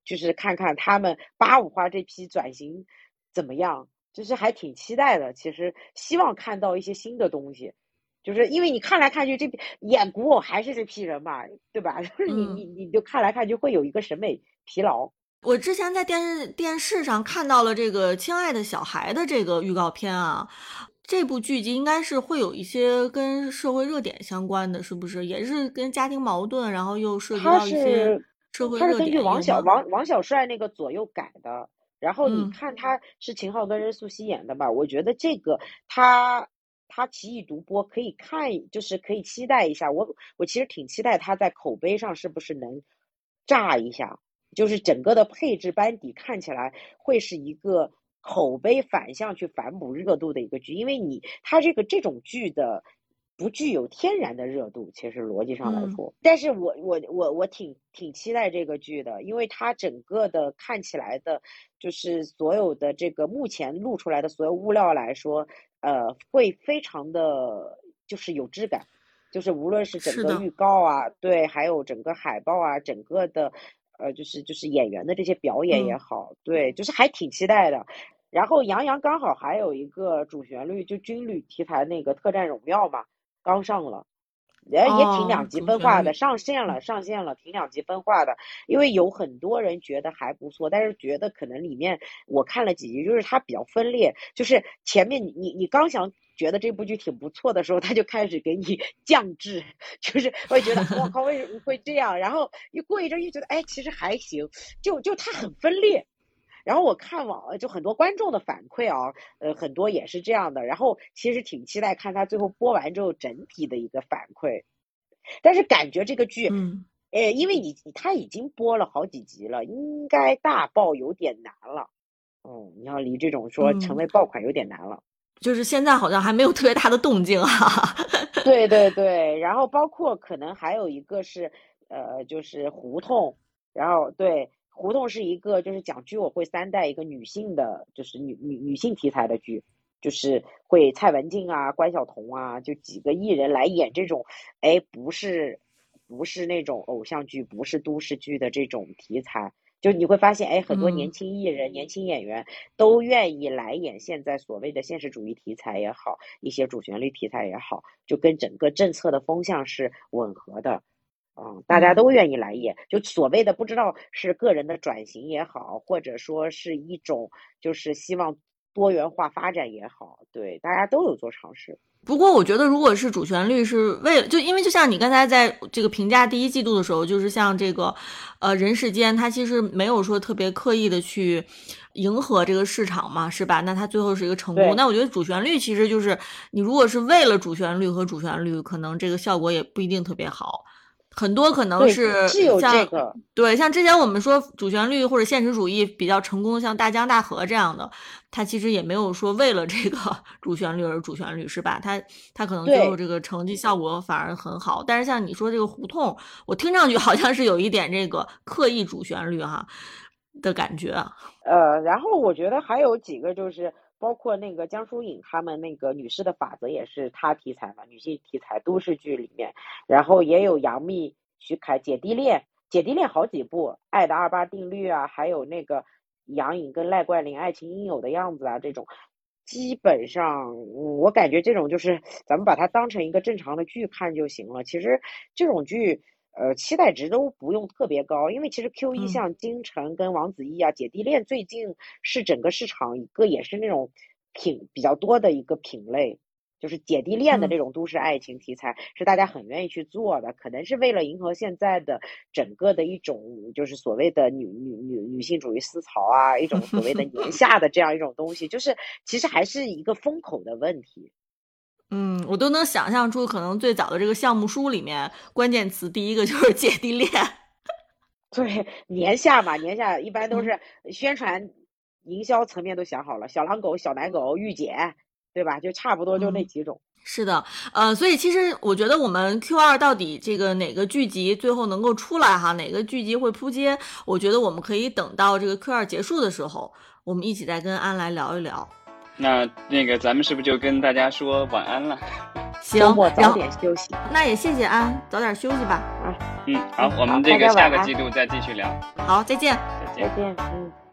S3: 就是看看他们85花这批转型怎么样，就是还挺期待的。其实希望看到一些新的东西，就是因为你看来看去这演古偶还是这批人嘛，对吧？就是你就看来看去会有一个审美疲劳。
S2: 我之前在电视上看到了这个《亲爱的小孩》的这个预告片啊，这部剧集应该是会有一些跟社会热点相关的，是不是？也是跟家庭矛盾，然后又涉及
S3: 他
S2: 到一些
S3: 是
S2: 社会
S3: 他是根据
S2: 热点，有吗？
S3: 王小帅那个左右改的，然后你看他是秦昊跟任素汐演的吧？我觉得这个他奇异独播可以看，就是可以期待一下。我其实挺期待他在口碑上是不是能炸一下，就是整个的配置班底看起来会是一个口碑反向去反哺热度的一个剧，因为他这种剧的不具有天然的热度，其实逻辑上来说。但是我挺期待这个剧的，因为它整个的看起来的，就是所有的这个目前录出来的所有物料来说，会非常的就是有质感。就是无论是整个预告啊，对，还有整个海报啊，整个的就是演员的这些表演也好，对，就是还挺期待的。然后杨洋刚好还有一个主旋律，就军旅题材那个《特战荣耀》嘛，刚上了，也挺两极分化的，上线了，挺两极分化的。因为有很多人觉得还不错，但是觉得可能里面我看了几集，就是它比较分裂，就是前面你刚想觉得这部剧挺不错的时候，他就开始给你降智，就是会觉得我靠，为什么会这样？然后一过一阵又觉得哎，其实还行，就它很分裂。然后我看就很多观众的反馈啊，很多也是这样的。然后其实挺期待看他最后播完之后整体的一个反馈。但是感觉这个剧，因为他已经播了好几集了，应该大爆有点难了。你要离这种说成为爆款有点难了。
S2: 就是现在好像还没有特别大的动静啊。
S3: 对对对，然后包括可能还有一个是，就是胡同，然后对。胡同是一个就是讲居委会3代一个女性的，就是女性题材的剧，就是会蔡文静啊、关晓彤啊，就几个艺人来演这种，哎，不是那种偶像剧，不是都市剧的这种题材，就你会发现，哎，很多年轻艺人、年轻演员都愿意来演现在所谓的现实主义题材也好，一些主旋律题材也好，就跟整个政策的风向是吻合的。大家都愿意来演，就所谓的不知道是个人的转型也好，或者说是一种就是希望多元化发展也好，对，大家都有做尝试。
S2: 不过我觉得如果是主旋律是为了，就因为就像你刚才在这个评价第1季度的时候，就是像这个人世间，它其实没有说特别刻意的去迎合这个市场嘛，是吧？那它最后是一个成功。那我觉得主旋律其实就是你如果是为了主旋律和主旋律，可能这个效果也不一定特别好。很多可能是像对，像之前我们说主旋律或者现实主义比较成功，像大江大河这样的，它其实也没有说为了这个主旋律而主旋律，是吧？它可能最后这个成绩效果反而很好。但是像你说这个胡同，我听上去好像是有一点这个刻意主旋律的感觉。
S3: 然后我觉得还有几个就是包括那个江疏影他们那个女士的法则也是她题材嘛，女性题材都市剧里面，然后也有杨幂、徐凯姐弟恋好几部，爱的28定律啊，还有那个杨颖跟赖冠霖爱情应有的样子啊，这种基本上我感觉这种就是咱们把它当成一个正常的剧看就行了。其实这种剧期待值都不用特别高，因为其实 Q1 像金晨跟王子异啊，姐弟恋最近是整个市场一个也是那种比较多的一个品类，就是姐弟恋的这种都市爱情题材是大家很愿意去做的，可能是为了迎合现在的整个的一种就是所谓的女性主义思潮啊，一种所谓的年下的这样一种东西，就是其实还是一个风口的问题。
S2: 我都能想象出可能最早的这个项目书里面关键词第一个就是姐弟恋。
S3: 对，年下嘛，年下一般都是宣传营销层面都想好了，小狼狗、小奶狗、御姐，对吧？就差不多就那几种。
S2: 是的，所以其实我觉得我们 Q2 到底这个哪个剧集最后能够出来哈，哪个剧集会扑街，我觉得我们可以等到这个 Q2 结束的时候，我们一起再跟安来聊一聊。
S1: 那个咱们是不是就跟大家说晚安了？
S2: 行，
S3: 周末早点休息。
S2: 那也谢谢安，早点休息吧。
S1: 好，我们这个下个季度再继续聊。
S2: 好，再见。
S3: 再见。